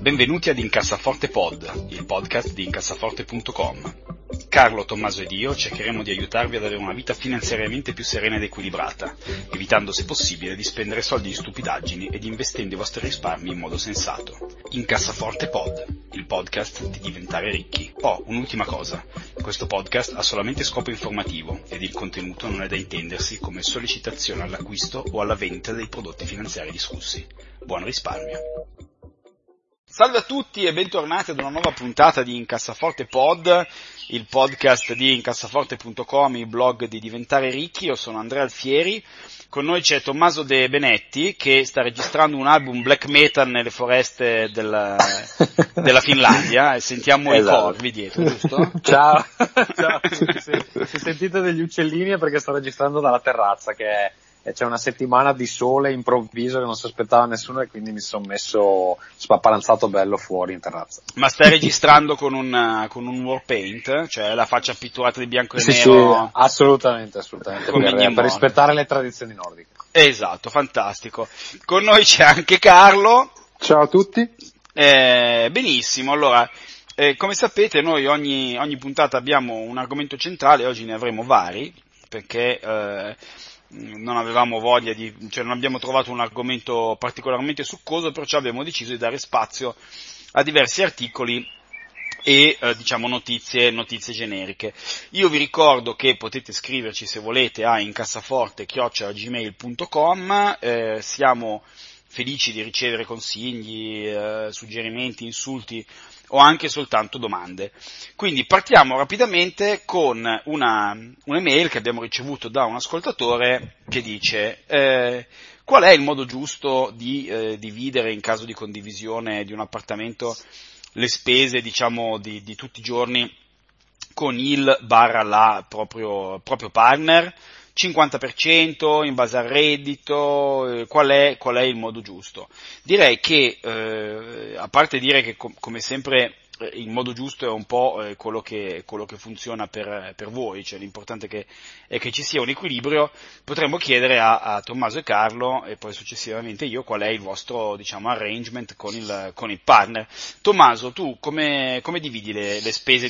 Benvenuti ad Incassaforte Pod, il podcast di incassaforte.com. Carlo, Tommaso ed io cercheremo di aiutarvi ad avere una vita finanziariamente più serena ed equilibrata, evitando se possibile di spendere soldi in stupidaggini ed investendo i vostri risparmi in modo sensato. Incassaforte Pod, il podcast di diventare ricchi. Un'ultima cosa, questo podcast ha solamente scopo informativo ed il contenuto non è da intendersi come sollecitazione all'acquisto o alla vendita dei prodotti finanziari discussi. Buon risparmio! Salve a tutti e bentornati ad una nuova puntata di Incassaforte Pod, il podcast di incassaforte.com, il blog di diventare ricchi. Io sono Andrea Alfieri, con noi c'è Tommaso De Benetti che sta registrando un album black metal nelle foreste della Finlandia e sentiamo i corvi dietro, giusto? Ciao. Se sentite degli uccellini è perché sto registrando dalla terrazza, che c'è una settimana di sole improvviso che non si aspettava nessuno e quindi mi sono messo spaparanzato bello fuori in terrazza. Ma stai registrando con un warpaint? Cioè la faccia pitturata di bianco e nero? Sì, assolutamente, per rispettare le tradizioni nordiche. Esatto, fantastico. Con noi c'è anche Carlo. Ciao a tutti. Benissimo, allora, come sapete noi ogni puntata abbiamo un argomento centrale, oggi ne avremo vari, perché non avevamo voglia non abbiamo trovato un argomento particolarmente succoso, perciò abbiamo deciso di dare spazio a diversi articoli e notizie generiche. Io vi ricordo che potete scriverci se volete a incassaforte@gmail.com, siamo felici di ricevere consigli, suggerimenti, insulti o anche soltanto domande. Quindi partiamo rapidamente con un'email che abbiamo ricevuto da un ascoltatore che dice qual è il modo giusto di dividere in caso di condivisione di un appartamento le spese di tutti i giorni con il/la proprio partner, 50% in base al reddito, qual è il modo giusto? Direi che, a parte dire che come sempre il modo giusto è un po' quello che funziona per voi, cioè l'importante è che ci sia un equilibrio, potremmo chiedere a Tommaso e Carlo e poi successivamente io qual è il vostro arrangement con il partner. Tommaso, tu come dividi le spese,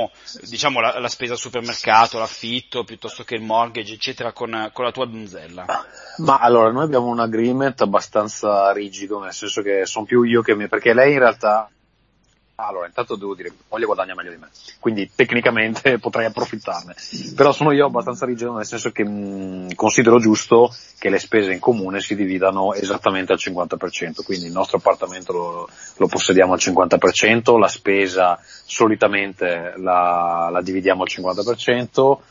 la spesa al supermercato, l'affitto, piuttosto che il mortgage, eccetera, con la tua donzella? Ma allora, noi abbiamo un agreement abbastanza rigido, nel senso che sono più io che me, perché lei in realtà, allora, intanto devo dire, moglie guadagna meglio di me, quindi tecnicamente potrei approfittarne, però sono io abbastanza rigido nel senso che considero giusto che le spese in comune si dividano esattamente al 50%, quindi il nostro appartamento lo possediamo al 50%, la spesa solitamente la dividiamo al 50%,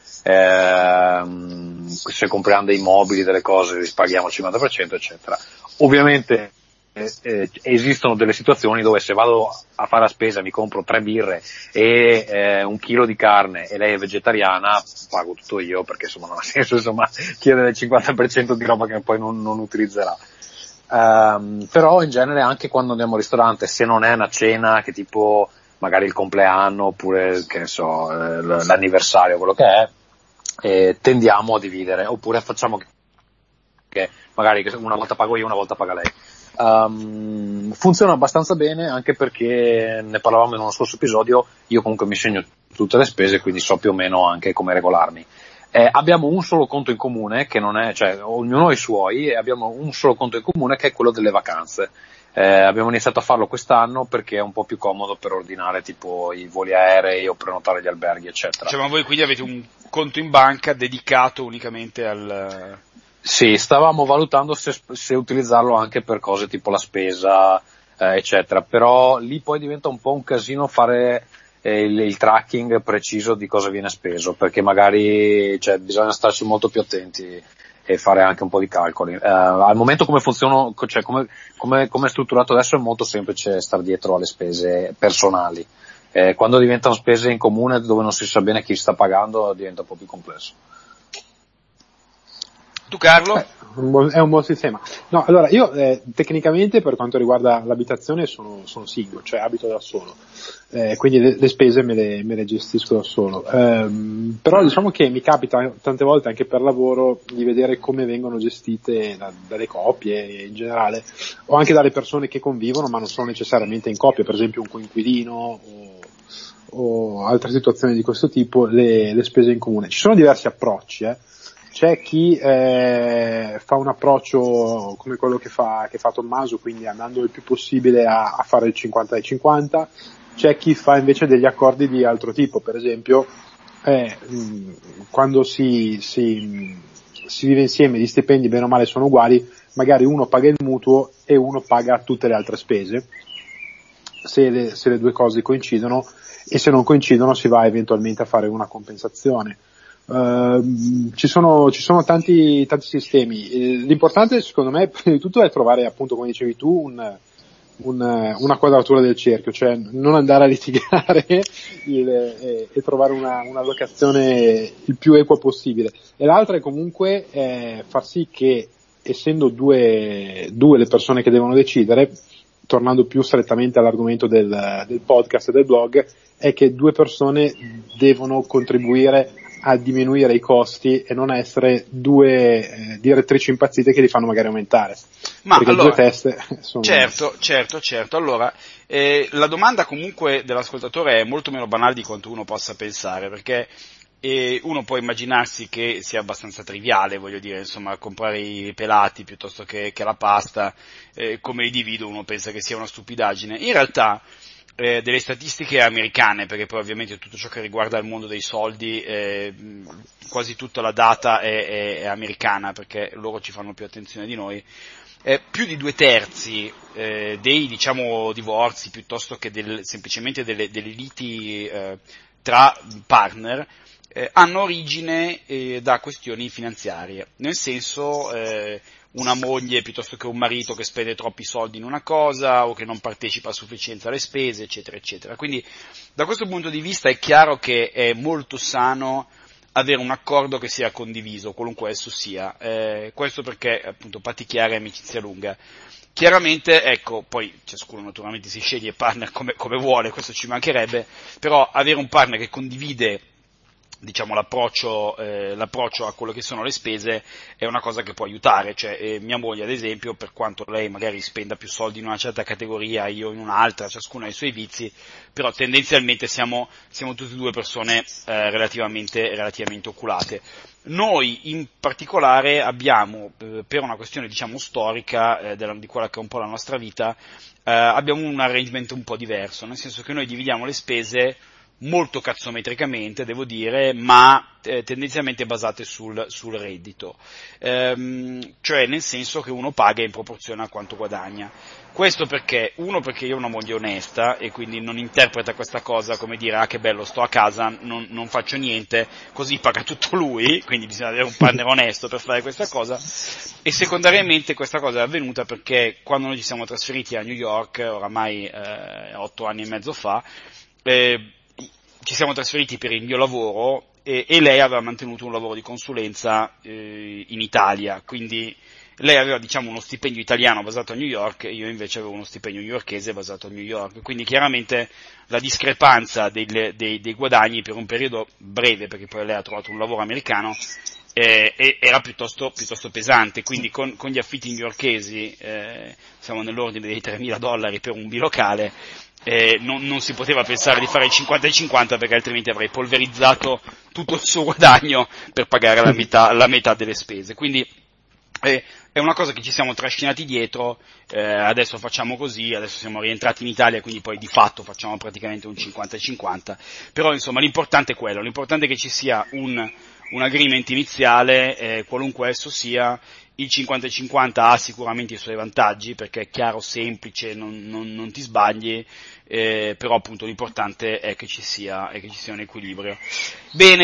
se compriamo dei mobili, delle cose, li paghiamo al 50%, eccetera. Ovviamente esistono delle situazioni dove se vado a fare la spesa, mi compro 3 birre e 1 chilo di carne e lei è vegetariana, pago tutto io, perché insomma non ha senso chiedere il 50% di roba che poi non utilizzerà. Però in genere anche quando andiamo al ristorante, se non è una cena che tipo magari il compleanno oppure che ne so, l'anniversario, quello che è, tendiamo a dividere, oppure facciamo che magari una volta pago io, una volta paga lei. Funziona abbastanza bene, anche perché ne parlavamo in uno scorso episodio, io comunque mi segno tutte le spese, quindi so più o meno anche come regolarmi. Abbiamo un solo conto in comune, che non è, cioè ognuno ha i suoi, e abbiamo un solo conto in comune che è quello delle vacanze. Abbiamo iniziato a farlo quest'anno perché è un po' più comodo per ordinare tipo i voli aerei o prenotare gli alberghi, eccetera. Cioè, ma voi quindi avete un conto in banca dedicato unicamente al... Sì, stavamo valutando se utilizzarlo anche per cose tipo la spesa, eccetera, però lì poi diventa un po' un casino fare il tracking preciso di cosa viene speso, perché magari bisogna starci molto più attenti e fare anche un po' di calcoli. Al momento come funziona, cioè come è strutturato adesso è molto semplice star dietro alle spese personali. Quando diventano spese in comune dove non si sa bene chi sta pagando diventa un po' più complesso. Tu Carlo? È un buon sistema. No, allora io tecnicamente per quanto riguarda l'abitazione sono single, cioè abito da solo, quindi le spese me le gestisco da solo. Però diciamo che mi capita tante volte anche per lavoro di vedere come vengono gestite dalle coppie in generale, o anche dalle persone che convivono ma non sono necessariamente in coppia, per esempio un coinquilino o altre situazioni di questo tipo, le spese in comune. Ci sono diversi approcci, C'è chi fa un approccio come quello che fa Tommaso, quindi andando il più possibile a fare il 50-50, c'è chi fa invece degli accordi di altro tipo, per esempio quando si vive insieme, gli stipendi bene o male sono uguali, magari uno paga il mutuo e uno paga tutte le altre spese, se le due cose coincidono, e se non coincidono si va eventualmente a fare una compensazione. Ci sono tanti sistemi. L'importante secondo me prima di tutto è trovare, appunto come dicevi tu, una quadratura del cerchio, cioè non andare a litigare e trovare una locazione il più equa possibile. E l'altra è comunque far sì che, essendo due le persone che devono decidere, tornando più strettamente all'argomento del podcast e del blog, è che due persone devono contribuire a diminuire i costi e non essere due direttrici impazzite che li fanno magari aumentare. Ma perché allora, due teste sono... Certo. Allora, la domanda comunque dell'ascoltatore è molto meno banale di quanto uno possa pensare, perché uno può immaginarsi che sia abbastanza triviale, voglio dire, insomma, comprare i pelati piuttosto che la pasta, come li divido, uno pensa che sia una stupidaggine. In realtà, delle statistiche americane, perché poi ovviamente tutto ciò che riguarda il mondo dei soldi, quasi tutta la data è americana, perché loro ci fanno più attenzione di noi. Più di 2/3 dei, diciamo, divorzi, piuttosto che semplicemente delle liti tra partner, hanno origine da questioni finanziarie, nel senso una moglie piuttosto che un marito che spende troppi soldi in una cosa o che non partecipa a sufficienza alle spese, eccetera, eccetera. Quindi da questo punto di vista è chiaro che è molto sano avere un accordo che sia condiviso, qualunque esso sia, questo perché appunto patti chiari e amicizia lunga. Chiaramente, ecco, poi ciascuno naturalmente si sceglie partner come vuole, questo ci mancherebbe, però avere un partner che condivide, diciamo, l'approccio a quello che sono le spese è una cosa che può aiutare, cioè mia moglie ad esempio, per quanto lei magari spenda più soldi in una certa categoria, io in un'altra, ciascuno ha i suoi vizi, però tendenzialmente siamo tutte e due persone relativamente oculate. Noi in particolare abbiamo, per una questione diciamo storica di quella che è un po' la nostra vita, abbiamo un arrangement un po' diverso, nel senso che noi dividiamo le spese molto cazzometricamente, devo dire, ma tendenzialmente basate sul reddito, cioè nel senso che uno paga in proporzione a quanto guadagna. Questo perché io ho una moglie onesta e quindi non interpreta questa cosa come dire ah che bello sto a casa, non faccio niente, così paga tutto lui, quindi bisogna avere un partner onesto per fare questa cosa. E secondariamente questa cosa è avvenuta perché quando noi ci siamo trasferiti a New York, oramai 8 anni e mezzo fa, ci siamo trasferiti per il mio lavoro e lei aveva mantenuto un lavoro di consulenza in Italia, quindi lei aveva diciamo uno stipendio italiano basato a New York e io invece avevo uno stipendio newyorkese basato a New York, quindi chiaramente la discrepanza dei guadagni per un periodo breve, perché poi lei ha trovato un lavoro americano, era piuttosto pesante, quindi con gli affitti newyorkesi siamo nell'ordine dei $3.000 per un bilocale. Non si poteva pensare di fare il 50-50 perché altrimenti avrei polverizzato tutto il suo guadagno per pagare la metà delle spese, quindi è una cosa che ci siamo trascinati dietro, adesso facciamo così, adesso siamo rientrati in Italia, quindi poi di fatto facciamo praticamente un 50-50, però insomma l'importante è quello, l'importante è che ci sia un agreement iniziale, qualunque esso sia. Il 50-50 ha sicuramente i suoi vantaggi, perché è chiaro, semplice, non ti sbagli, però appunto l'importante è che ci sia un equilibrio. Bene.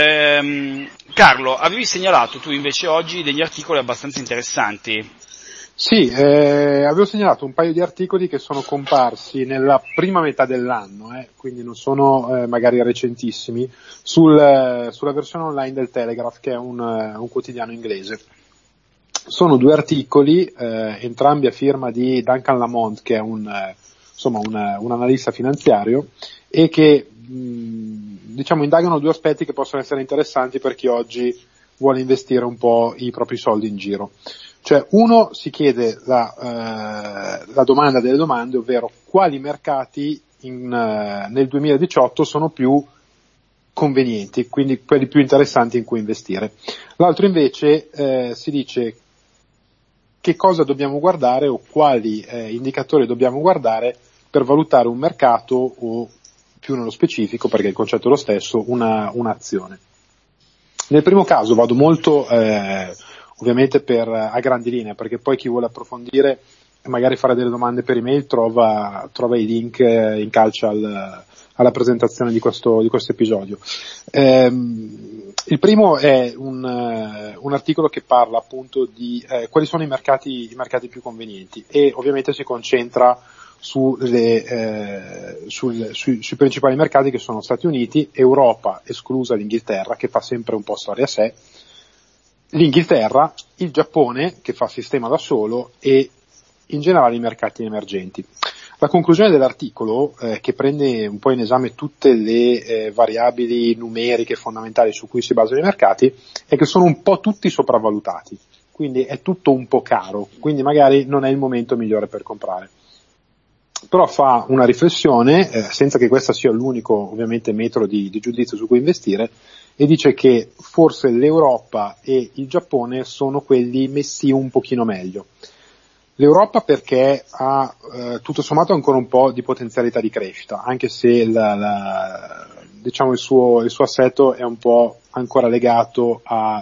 Carlo, avevi segnalato tu invece oggi degli articoli abbastanza interessanti. Sì, avevo segnalato un paio di articoli che sono comparsi nella prima metà dell'anno, quindi non sono magari recentissimi, sulla versione online del Telegraph, che è un quotidiano inglese. Sono due articoli, entrambi a firma di Duncan Lamont, che è un analista finanziario, e che indagano due aspetti che possono essere interessanti per chi oggi vuole investire un po' i propri soldi in giro. Cioè, uno si chiede la domanda delle domande, ovvero quali mercati nel 2018 sono più convenienti, quindi quelli più interessanti in cui investire. L'altro invece si dice che cosa dobbiamo guardare o quali indicatori dobbiamo guardare per valutare un mercato o, più nello specifico, perché il concetto è lo stesso, un'azione. Nel primo caso vado molto ovviamente a grandi linee, perché poi chi vuole approfondire e magari fare delle domande per email trova i link in calce alla presentazione di questo episodio. Il primo è un articolo che parla appunto di quali sono i mercati più convenienti, e ovviamente si concentra sui principali mercati, che sono Stati Uniti, Europa esclusa l'Inghilterra, che fa sempre un po' storia a sé, l'Inghilterra, il Giappone, che fa sistema da solo, e in generale i mercati emergenti. La conclusione dell'articolo, che prende un po' in esame tutte le variabili numeriche fondamentali su cui si basano i mercati, è che sono un po' tutti sopravvalutati, quindi è tutto un po' caro, quindi magari non è il momento migliore per comprare. Però fa una riflessione, senza che questo sia l'unico ovviamente metodo di giudizio su cui investire, e dice che forse l'Europa e il Giappone sono quelli messi un pochino meglio. L'Europa perché ha tutto sommato ancora un po' di potenzialità di crescita, anche se il suo assetto è un po' ancora legato a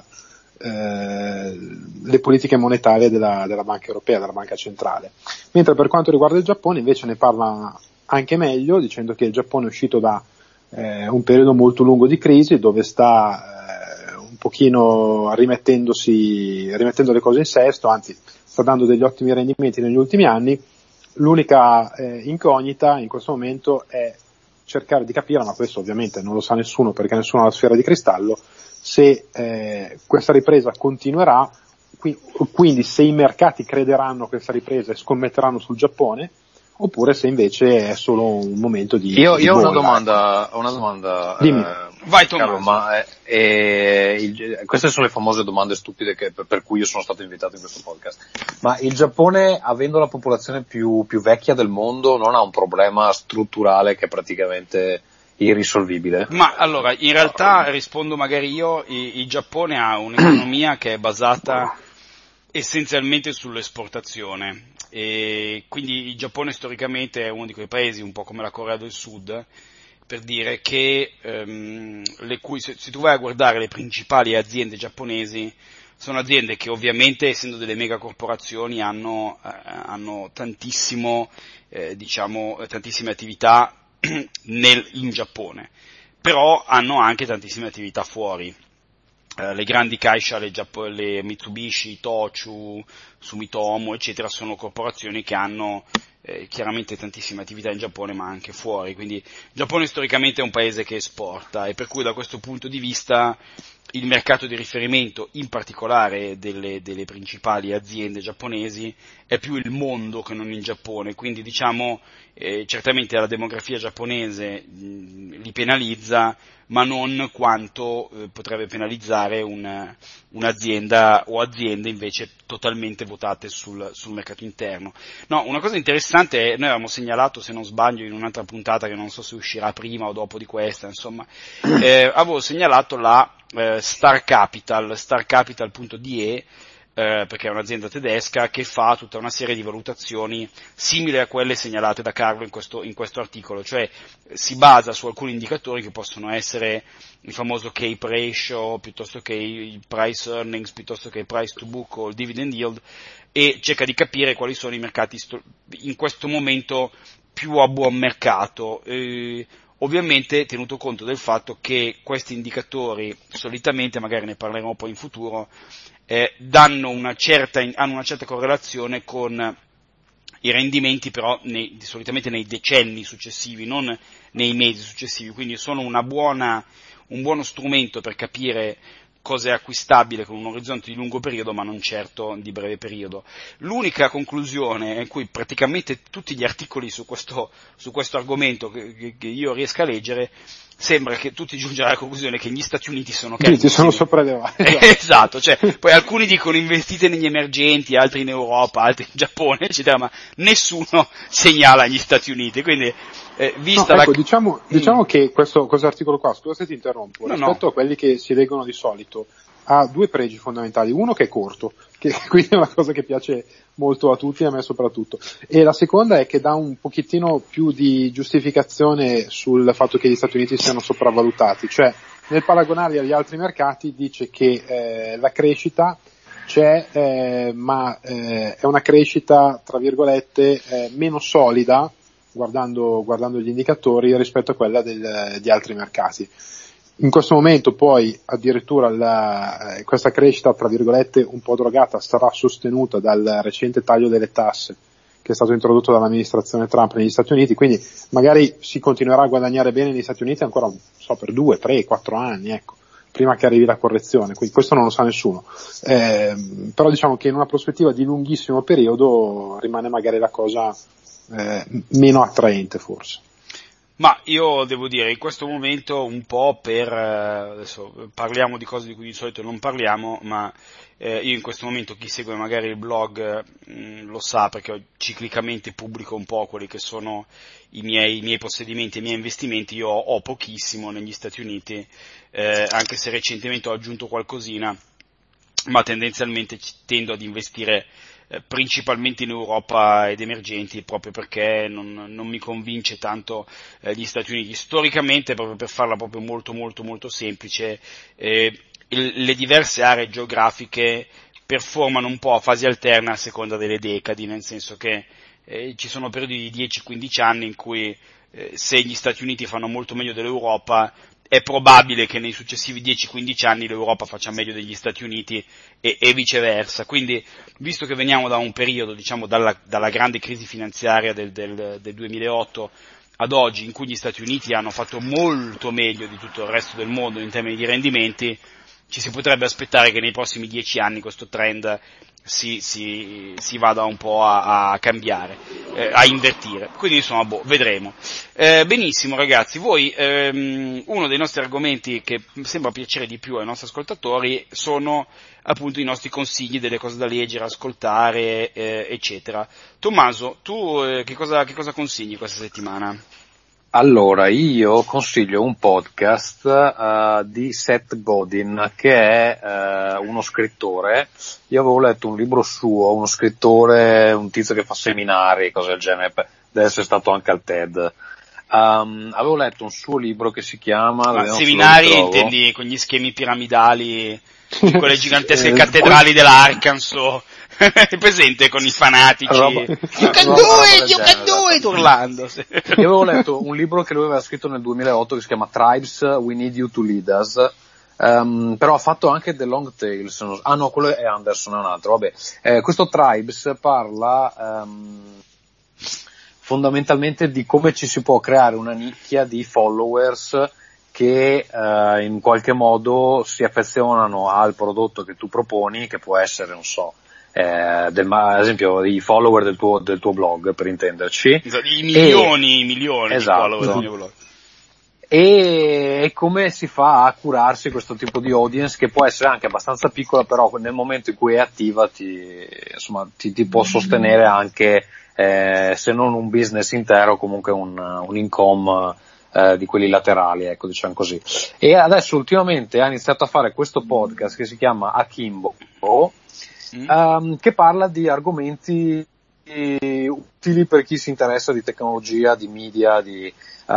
le politiche monetarie della Banca Europea, della Banca Centrale. Mentre per quanto riguarda il Giappone invece ne parla anche meglio, dicendo che il Giappone è uscito da un periodo molto lungo di crisi, dove sta un pochino rimettendo le cose in sesto, anzi sta dando degli ottimi rendimenti negli ultimi anni. L'unica incognita in questo momento è cercare di capire, ma questo ovviamente non lo sa nessuno perché nessuno ha la sfera di cristallo, se questa ripresa continuerà, quindi se i mercati crederanno a questa ripresa e scommetteranno sul Giappone, oppure se invece è solo un momento di... Io ho una domanda. Dimmi. Vai Carlo, queste sono le famose domande stupide per cui io sono stato invitato in questo podcast. Ma il Giappone, avendo la popolazione più vecchia del mondo, non ha un problema strutturale che è praticamente irrisolvibile? Ma allora, in realtà rispondo magari io, il Giappone ha un'economia che è basata essenzialmente sull'esportazione, e quindi il Giappone storicamente è uno di quei paesi, un po' come la Corea del Sud, per dire che se tu vai a guardare le principali aziende giapponesi, sono aziende che ovviamente, essendo delle megacorporazioni, hanno tantissime attività in Giappone, però hanno anche tantissime attività fuori. Le grandi Kaisha, le Mitsubishi, Tochu, Sumitomo, eccetera, sono corporazioni che hanno chiaramente tantissime attività in Giappone, ma anche fuori. Quindi il Giappone storicamente è un paese che esporta, e per cui da questo punto di vista il mercato di riferimento, in particolare delle principali aziende giapponesi, è più il mondo che non il Giappone. Quindi certamente la demografia giapponese li penalizza, ma non quanto potrebbe penalizzare un'azienda o aziende invece totalmente votate sul mercato interno. No, una cosa interessante è, noi avevamo segnalato, se non sbaglio, in un'altra puntata che non so se uscirà prima o dopo di questa, insomma, avevo segnalato la Star Capital.de, perché è un'azienda tedesca che fa tutta una serie di valutazioni simili a quelle segnalate da Carlo in questo articolo, cioè si basa su alcuni indicatori che possono essere il famoso Cape Ratio, piuttosto che il Price Earnings, piuttosto che il Price to Book o il Dividend Yield, e cerca di capire quali sono i mercati in questo momento più a buon mercato. ovviamente tenuto conto del fatto che questi indicatori solitamente, magari ne parleremo poi in futuro, hanno una certa correlazione con i rendimenti, però solitamente nei decenni successivi, non nei mesi successivi, quindi sono un buono strumento per capire cosa è acquistabile con un orizzonte di lungo periodo, ma non certo di breve periodo. L'unica conclusione in cui praticamente tutti gli articoli su questo argomento che io riesco a leggere, sembra che tutti giungano alla conclusione che gli Stati Uniti sono carissimi. Sono sopraelevati. Esatto, cioè, poi alcuni dicono investite negli emergenti, altri in Europa, altri in Giappone, eccetera, ma nessuno segnala gli Stati Uniti, quindi vista diciamo che questo articolo qua, scusa se ti interrompo, rispetto a quelli che si leggono di solito, ha due pregi fondamentali. Uno che è corto, che quindi è una cosa che piace molto a tutti e a me soprattutto, e la seconda è che dà un pochettino più di giustificazione sul fatto che gli Stati Uniti siano sopravvalutati, cioè nel paragonarli agli altri mercati dice che la crescita c'è, ma è una crescita tra virgolette meno solida guardando gli indicatori rispetto a quella di altri mercati. In questo momento poi addirittura questa crescita tra virgolette un po' drogata sarà sostenuta dal recente taglio delle tasse che è stato introdotto dall'amministrazione Trump negli Stati Uniti, quindi magari si continuerà a guadagnare bene negli Stati Uniti ancora per 2, 3, 4 anni, ecco, prima che arrivi la correzione, quindi questo non lo sa nessuno, però diciamo che in una prospettiva di lunghissimo periodo rimane magari la cosa meno attraente forse. Ma io devo dire, in questo momento un po' adesso parliamo di cose di cui di solito non parliamo, ma io in questo momento, chi segue magari il blog lo sa, perché ciclicamente pubblico un po' quelli che sono i miei possedimenti e i miei investimenti. Io ho pochissimo negli Stati Uniti, anche se recentemente ho aggiunto qualcosina, ma tendenzialmente tendo ad investire principalmente in Europa ed emergenti, proprio perché non mi convince tanto gli Stati Uniti. Storicamente, proprio per farla proprio molto molto molto semplice, le diverse aree geografiche performano un po' a fasi alterne a seconda delle decadi, nel senso che ci sono periodi di 10-15 anni in cui se gli Stati Uniti fanno molto meglio dell'Europa, è probabile che nei successivi 10-15 anni l'Europa faccia meglio degli Stati Uniti e viceversa. Quindi, visto che veniamo da un periodo, diciamo, dalla grande crisi finanziaria del 2008 ad oggi, in cui gli Stati Uniti hanno fatto molto meglio di tutto il resto del mondo in termini di rendimenti, ci si potrebbe aspettare che nei prossimi 10 anni questo trend si vada un po' a cambiare, a invertire. Quindi insomma, vedremo. Benissimo ragazzi, voi, uno dei nostri argomenti che sembra piacere di più ai nostri ascoltatori sono appunto i nostri consigli, delle cose da leggere, ascoltare, eccetera. Tommaso, tu che cosa consigli questa settimana? Allora, io consiglio un podcast di Seth Godin, che è uno scrittore. Io avevo letto un libro suo, uno scrittore, un tizio che fa seminari, cose del genere, deve essere stato anche al TED. Avevo letto un suo libro che si chiama... Ma seminari intendi con gli schemi piramidali, con le gigantesche cattedrali dell'Arkansas, è presente con i fanatici, you can do it, urlando. Sì. Io avevo letto un libro che lui aveva scritto nel 2008 che si chiama Tribes, We Need You to Lead Us, però ha fatto anche The Long Tail, no, quello è Anderson, è un altro, vabbè. Questo Tribes parla fondamentalmente di come ci si può creare una nicchia di followers che in qualche modo si affezionano al prodotto che tu proponi, che può essere, non so, ad esempio i follower del tuo blog, per intenderci. I milioni esatto, di follower del mio blog. E come si fa a curarsi questo tipo di audience, che può essere anche abbastanza piccola, però nel momento in cui è attiva ti può sostenere anche, se non un business intero, comunque un income di quelli laterali, ecco, diciamo così. E adesso ultimamente ha iniziato a fare questo podcast che si chiama Akimbo, che parla di argomenti utili per chi si interessa di tecnologia, di media, di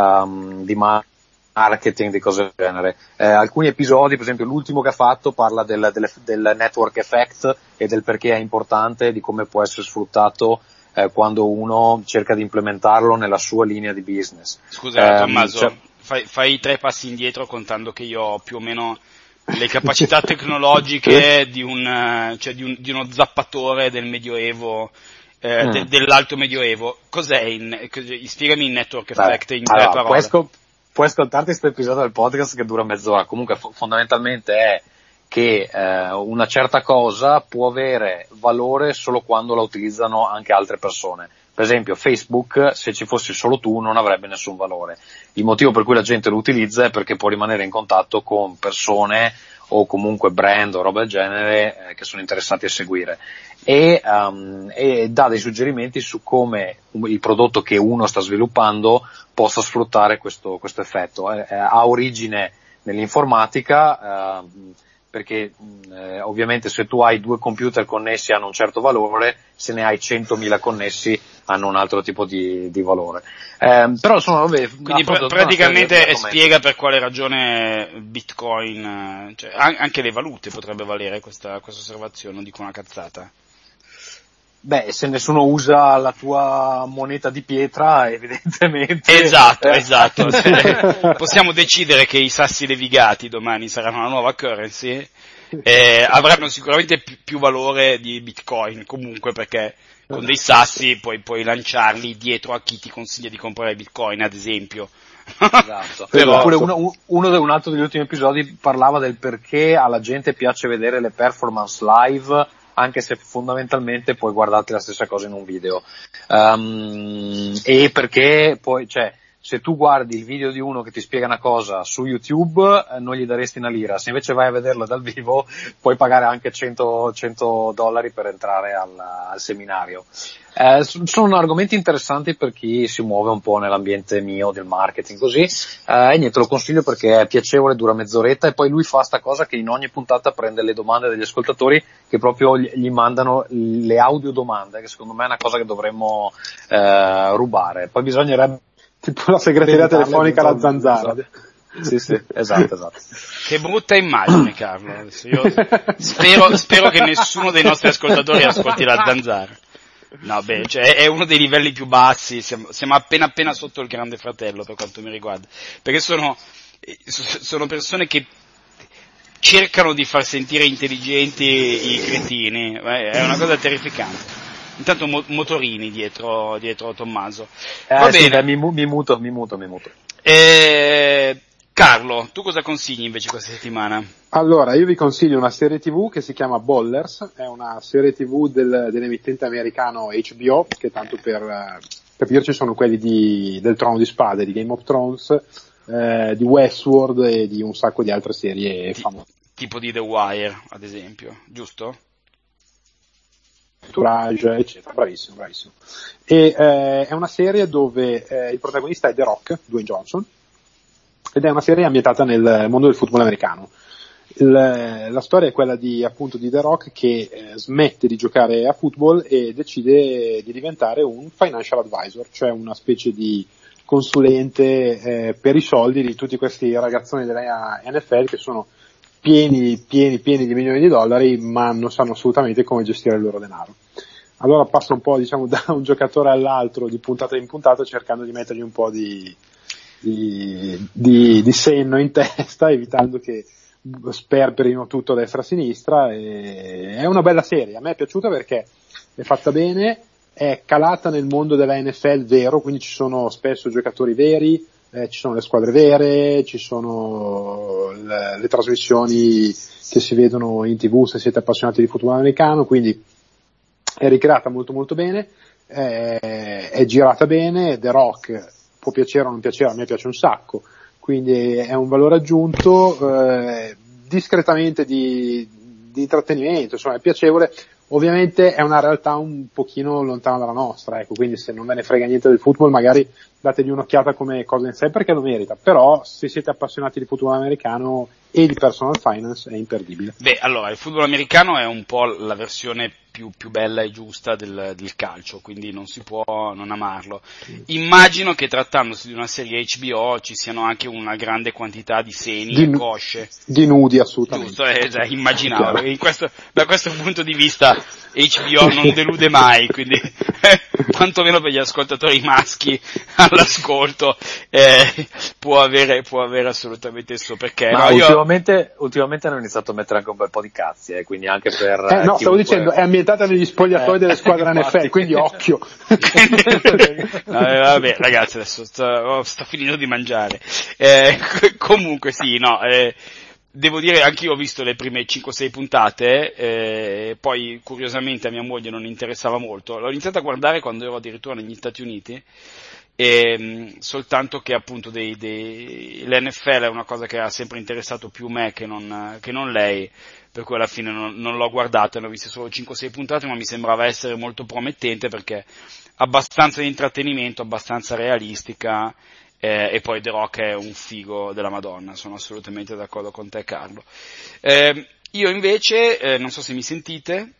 marketing, di cose del genere. Alcuni episodi, per esempio l'ultimo che ha fatto, parla del network effect e del perché è importante, di come può essere sfruttato quando uno cerca di implementarlo nella sua linea di business. Scusa Tommaso, fai 3 passi indietro contando che io ho più o meno le capacità tecnologiche di uno zappatore del Medioevo, dell'alto Medioevo. Spiegami il network effect in 3 parole. Puoi ascoltarti questo episodio del podcast che dura mezz'ora. Comunque fondamentalmente è che una certa cosa può avere valore solo quando la utilizzano anche altre persone. Per esempio Facebook, se ci fossi solo tu, non avrebbe nessun valore. Il motivo per cui la gente lo utilizza è perché può rimanere in contatto con persone o comunque brand o roba del genere che sono interessati a seguire, e dà dei suggerimenti su come il prodotto che uno sta sviluppando possa sfruttare questo effetto. Ha origine nell'informatica, perché ovviamente se tu hai 2 computer connessi hanno un certo valore, se ne hai 100.000 connessi hanno un altro tipo di valore. Però sono, quindi praticamente spiega per quale ragione Bitcoin, cioè anche le valute potrebbe valere questa osservazione, non dico una cazzata. Beh, se nessuno usa la tua moneta di pietra, evidentemente. Esatto. Possiamo decidere che i sassi levigati domani saranno la nuova currency, avranno sicuramente più valore di Bitcoin, comunque, perché con dei sassi puoi lanciarli dietro a chi ti consiglia di comprare Bitcoin, ad esempio. Esatto. Oppure un altro degli ultimi episodi parlava del perché alla gente piace vedere le performance live, anche se fondamentalmente puoi guardarti la stessa cosa in un video, e perché poi, se tu guardi il video di uno che ti spiega una cosa su YouTube, non gli daresti una lira. Se invece vai a vederlo dal vivo, puoi pagare anche $100 per entrare al seminario. Sono argomenti interessanti per chi si muove un po' nell'ambiente mio del marketing, così, e niente, lo consiglio perché è piacevole, dura mezz'oretta, e poi lui fa sta cosa che in ogni puntata prende le domande degli ascoltatori, che proprio gli mandano le audio domande, che secondo me è una cosa che dovremmo rubare. Poi bisognerebbe tipo la segreteria telefonica alla Zanzara. Sì, esatto. Che brutta immagine, Carlo. Adesso io spero che nessuno dei nostri ascoltatori ascolti la Zanzara. No, beh, è uno dei livelli più bassi, siamo appena sotto il Grande Fratello per quanto mi riguarda, perché sono persone che cercano di far sentire intelligenti i cretini, è una cosa terrificante. Intanto motorini dietro Tommaso. Va bene. Mi muto. Carlo, tu cosa consigli invece questa settimana? Allora, io vi consiglio una serie TV che si chiama Ballers, è una serie TV dell'emittente americano HBO, che tanto per capirci sono quelli del Trono di Spade, di Game of Thrones, di Westworld e di un sacco di altre serie famose. Tipo di The Wire, ad esempio, giusto? Eccetera, bravissimo. E è una serie dove il protagonista è The Rock, Dwayne Johnson, ed è una serie ambientata nel mondo del football americano. La storia è quella di The Rock che smette di giocare a football e decide di diventare un financial advisor, cioè una specie di consulente per i soldi di tutti questi ragazzoni della NFL che sono pieni di milioni di dollari, ma non sanno assolutamente come gestire il loro denaro. Allora passa un po', da un giocatore all'altro, di puntata in puntata, cercando di mettergli un po' di senno in testa, evitando che sperperino tutto a destra e a sinistra. È una bella serie, a me è piaciuta perché è fatta bene, è calata nel mondo della NFL vero, quindi ci sono spesso giocatori veri, ci sono le squadre vere, ci sono le trasmissioni che si vedono in TV se siete appassionati di football americano, quindi è ricreata molto molto bene, è girata bene. The Rock può piacere o non piacere, a me piace un sacco, quindi è un valore aggiunto, discretamente di intrattenimento, insomma è piacevole. Ovviamente è una realtà un pochino lontana dalla nostra, ecco, quindi se non ve ne frega niente del football magari dategli un'occhiata come cosa in sé perché lo merita, però se siete appassionati di football americano e di personal finance è imperdibile. Beh, allora il football americano è un po' la versione più bella e giusta del calcio, quindi non si può non amarlo. Immagino che trattandosi di una serie HBO ci siano anche una grande quantità di seni e cosce. Di nudi, assolutamente. Giusto, immaginavo. Da questo punto di vista HBO non delude mai, quindi quantomeno per gli ascoltatori maschi all'ascolto, può avere assolutamente il suo perché. Ma no, ultimamente hanno iniziato a mettere anche un bel po' di cazzi, quindi anche per no, chiunque... stavo dicendo, è ambientata negli spogliatoi delle squadre NFL, quindi occhio. Vabbè, ragazzi, adesso sto finendo di mangiare. Comunque sì, no, devo dire, anch'io ho visto le prime 5-6 puntate, poi curiosamente a mia moglie non interessava molto. L'ho iniziato a guardare quando ero addirittura negli Stati Uniti, soltanto che appunto l'NFL è una cosa che ha sempre interessato più me che non lei, per cui alla fine non l'ho guardata, ne ho viste solo 5-6 puntate, ma mi sembrava essere molto promettente perché abbastanza di intrattenimento, abbastanza realistica, e poi The Rock è un figo della Madonna, sono assolutamente d'accordo con te, Carlo. Io invece, non so se mi sentite.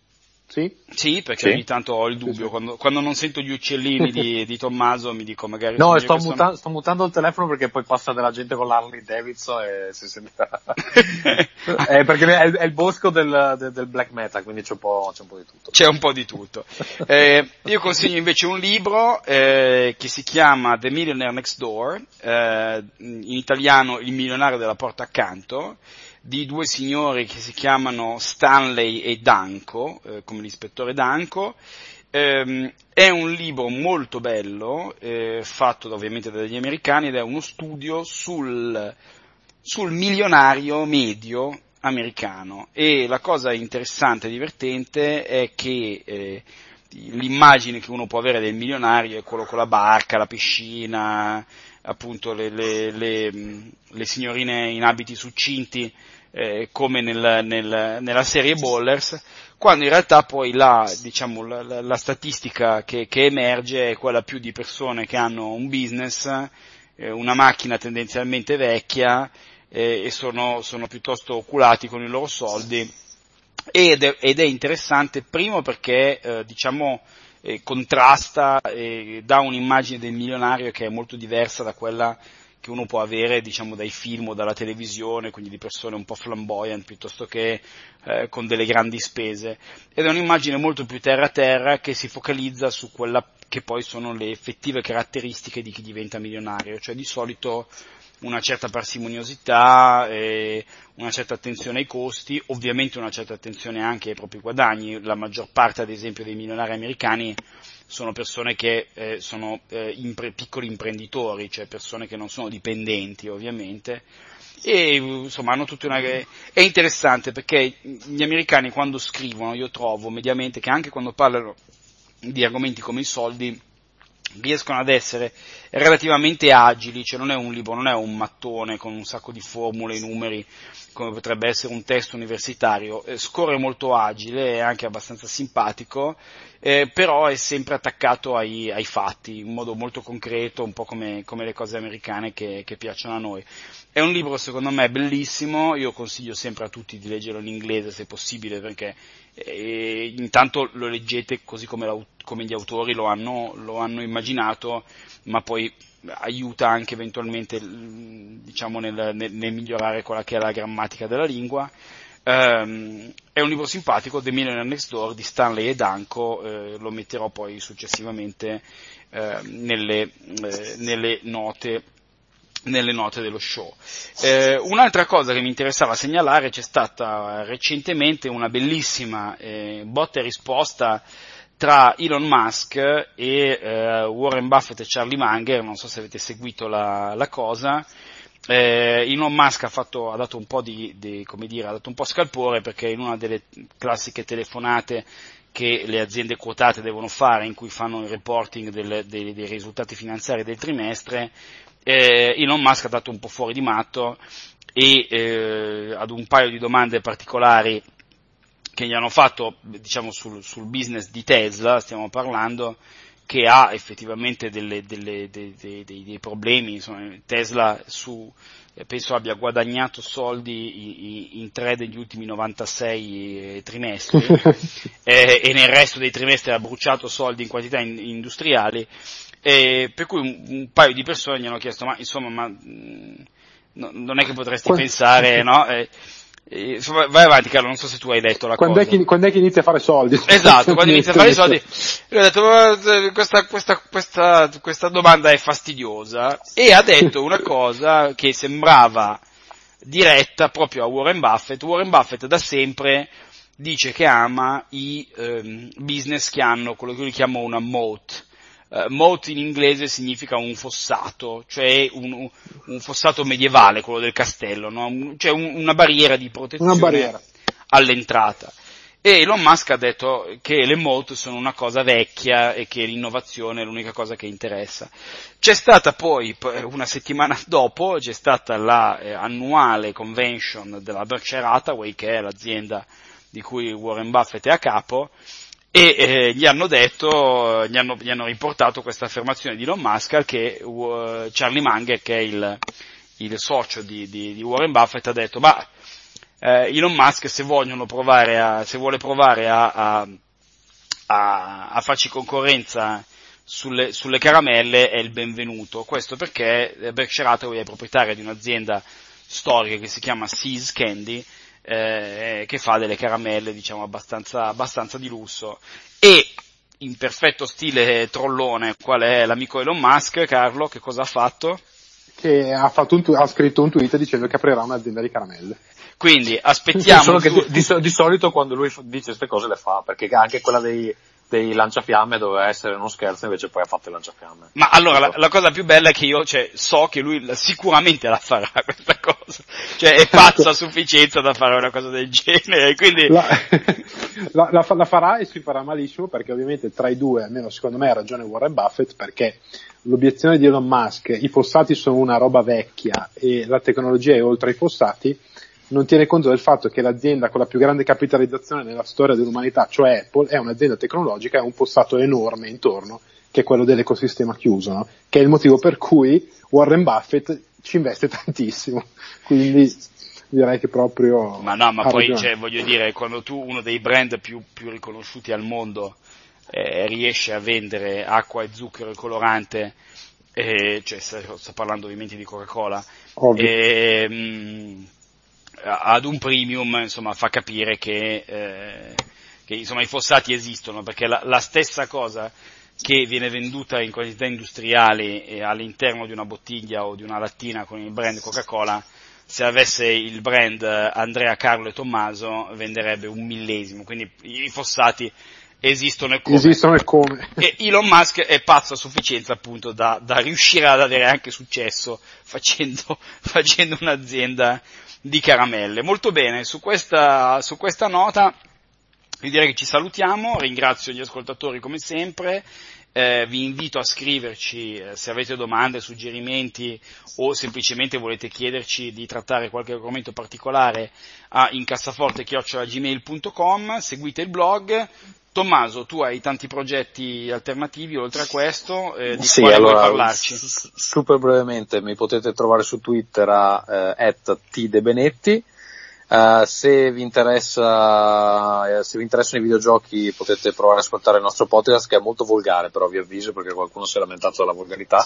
Sì, perché ogni tanto ho il dubbio, sì. Quando non sento gli uccellini di Tommaso mi dico magari... No, sto mutando il telefono perché poi passa della gente con l'Harley Davidson e si sente... perché è il bosco del black metal, quindi c'è un po' di tutto. C'è un po' di tutto. Io consiglio invece un libro che si chiama The Millionaire Next Door, in italiano Il milionario della porta accanto, di due signori che si chiamano Stanley e Danko, come l'ispettore Danko. È un libro molto bello, fatto ovviamente dagli americani, ed è uno studio sul milionario medio americano. E la cosa interessante e divertente è che l'immagine che uno può avere del milionario è quello con la barca, la piscina, appunto le signorine in abiti succinti, come nella serie Ballers, quando in realtà poi la statistica che emerge è quella più di persone che hanno un business, una macchina tendenzialmente vecchia, e sono piuttosto oculati con i loro soldi, ed è interessante, primo perché contrasta e dà un'immagine del milionario che è molto diversa da quella che uno può avere, dai film o dalla televisione, quindi di persone un po' flamboyant piuttosto che con delle grandi spese, ed è un'immagine molto più terra-terra che si focalizza su quella che poi sono le effettive caratteristiche di chi diventa milionario, cioè di solito una certa parsimoniosità, una certa attenzione ai costi, ovviamente una certa attenzione anche ai propri guadagni. La maggior parte, ad esempio, dei milionari americani sono persone che sono piccoli imprenditori, cioè persone che non sono dipendenti, ovviamente, e insomma hanno tutta è interessante perché gli americani, quando scrivono, io trovo mediamente che anche quando parlano di argomenti come i soldi riescono ad essere relativamente agili, cioè non è un libro, non è un mattone con un sacco di formule e numeri come potrebbe essere un testo universitario, scorre molto agile, è anche abbastanza simpatico, però è sempre attaccato ai fatti, in modo molto concreto, un po' come le cose americane che piacciono a noi. È un libro secondo me bellissimo, io consiglio sempre a tutti di leggerlo in inglese se possibile, perché intanto lo leggete così come gli autori lo hanno immaginato, ma poi aiuta anche eventualmente nel migliorare quella che è la grammatica della lingua. È un libro simpatico, The Millionaire Next Door di Stanley e Danko, lo metterò poi successivamente nelle note dello show. Un'altra cosa che mi interessava segnalare: c'è stata recentemente una bellissima botta e risposta tra Elon Musk e Warren Buffett e Charlie Munger. Non so se avete seguito la cosa. Elon Musk ha dato un po' ha dato un po' scalpore, perché in una delle classiche telefonate che le aziende quotate devono fare, in cui fanno il reporting dei risultati finanziari del trimestre, Elon Musk ha dato un po' fuori di matto e ad un paio di domande particolari che gli hanno fatto, sul business di Tesla, stiamo parlando, che ha effettivamente dei problemi. Insomma, Tesla penso abbia guadagnato soldi in 3 degli ultimi 96 trimestri e nel resto dei trimestri ha bruciato soldi in quantità industriali, per cui un paio di persone gli hanno chiesto: non è che potresti pensare, no? Vai avanti, Carlo, non so se tu hai letto la quando cosa. Quando è che inizia a fare soldi? Esatto, quando inizia a fare i soldi. Lui ha detto, questa domanda è fastidiosa, e ha detto una cosa che sembrava diretta proprio a Warren Buffett. Warren Buffett da sempre dice che ama i business che hanno quello che lui chiama una moat. Moat in inglese significa un fossato, cioè un fossato medievale, quello del castello, no? Cioè una barriera di protezione all'entrata. E Elon Musk ha detto che le moat sono una cosa vecchia e che l'innovazione è l'unica cosa che interessa. C'è stata poi, una settimana dopo, c'è stata la annuale convention della Berkshire Hathaway, che è l'azienda di cui Warren Buffett è a capo, e gli hanno riportato questa affermazione di Elon Musk che Charlie Munger, che è il socio di Warren Buffett, ha detto: ma Elon Musk se vuole provare a farci concorrenza sulle caramelle è il benvenuto. Questo perché Berkshire Hathaway è proprietaria di un'azienda storica che si chiama See's Candy, che fa delle caramelle, diciamo, abbastanza di lusso. E in perfetto stile trollone, qual è l'amico Elon Musk, Carlo, che cosa ha fatto? Che ha scritto un tweet dicendo che aprirà un'azienda di caramelle. Quindi aspettiamo. Solo che di solito quando lui dice queste cose le fa, perché anche quella dei lanciafiamme doveva essere uno scherzo, invece poi ha fatto il lanciafiamme. Ma allora la cosa più bella è che io so che lui sicuramente la farà questa cosa, cioè è pazzo a sufficienza da fare una cosa del genere, quindi la farà, e si farà malissimo, perché ovviamente tra i due, almeno secondo me, ha ragione Warren Buffett, perché l'obiezione di Elon Musk, i fossati sono una roba vecchia e la tecnologia è oltre i fossati, non tiene conto del fatto che l'azienda con la più grande capitalizzazione nella storia dell'umanità, cioè Apple, è un'azienda tecnologica e ha un fossato enorme intorno, che è quello dell'ecosistema chiuso, no? Che è il motivo per cui Warren Buffett ci investe tantissimo. Quindi direi che proprio... Ma poi, voglio dire, quando tu, uno dei brand più riconosciuti al mondo, riesce a vendere acqua e zucchero e colorante, cioè sto parlando ovviamente di Coca-Cola, ad un premium, insomma, fa capire che insomma i fossati esistono, perché la stessa cosa che viene venduta in quantità industriali all'interno di una bottiglia o di una lattina con il brand Coca-Cola, se avesse il brand Andrea, Carlo e Tommaso, venderebbe 1/1000. Quindi i fossati esistono e come. E Elon Musk è pazzo a sufficienza, appunto, da riuscire ad avere anche successo facendo un'azienda di caramelle. Molto bene, su questa nota io direi che ci salutiamo, ringrazio gli ascoltatori come sempre, vi invito a scriverci se avete domande, suggerimenti o semplicemente volete chiederci di trattare qualche argomento particolare a incassaforte@gmail.com, seguite il blog. Tommaso, tu hai tanti progetti alternativi oltre a questo, di quali vuoi parlarci? Super brevemente, mi potete trovare su Twitter a @tdebenetti. Se vi interessano i videogiochi potete provare ad ascoltare il nostro podcast, che è molto volgare, però vi avviso, perché qualcuno si è lamentato della volgarità.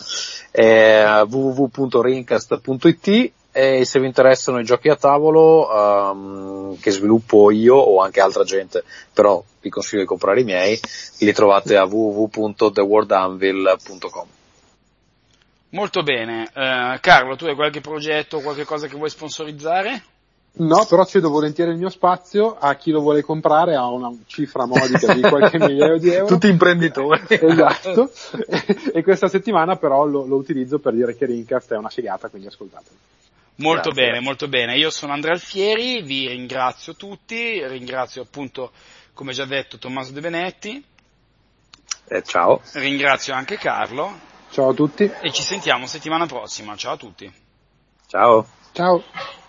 www.rincast.it. E se vi interessano i giochi a tavolo che sviluppo io o anche altra gente, però vi consiglio di comprare i miei, li trovate a www.theworldanvil.com. Molto bene. Carlo, tu hai qualche progetto, qualche cosa che vuoi sponsorizzare? No, però cedo volentieri il mio spazio a chi lo vuole comprare a una cifra modica di qualche migliaio di euro. Tutti imprenditori. Esatto. E questa settimana però lo utilizzo per dire che Rincast è una figata, quindi ascoltatelo. Molto bene, molto bene. Io sono Andrea Alfieri, vi ringrazio tutti, ringrazio appunto, come già detto, Tommaso De Benetti. Ciao. Ringrazio anche Carlo. Ciao a tutti. E ci sentiamo settimana prossima. Ciao a tutti. Ciao. Ciao.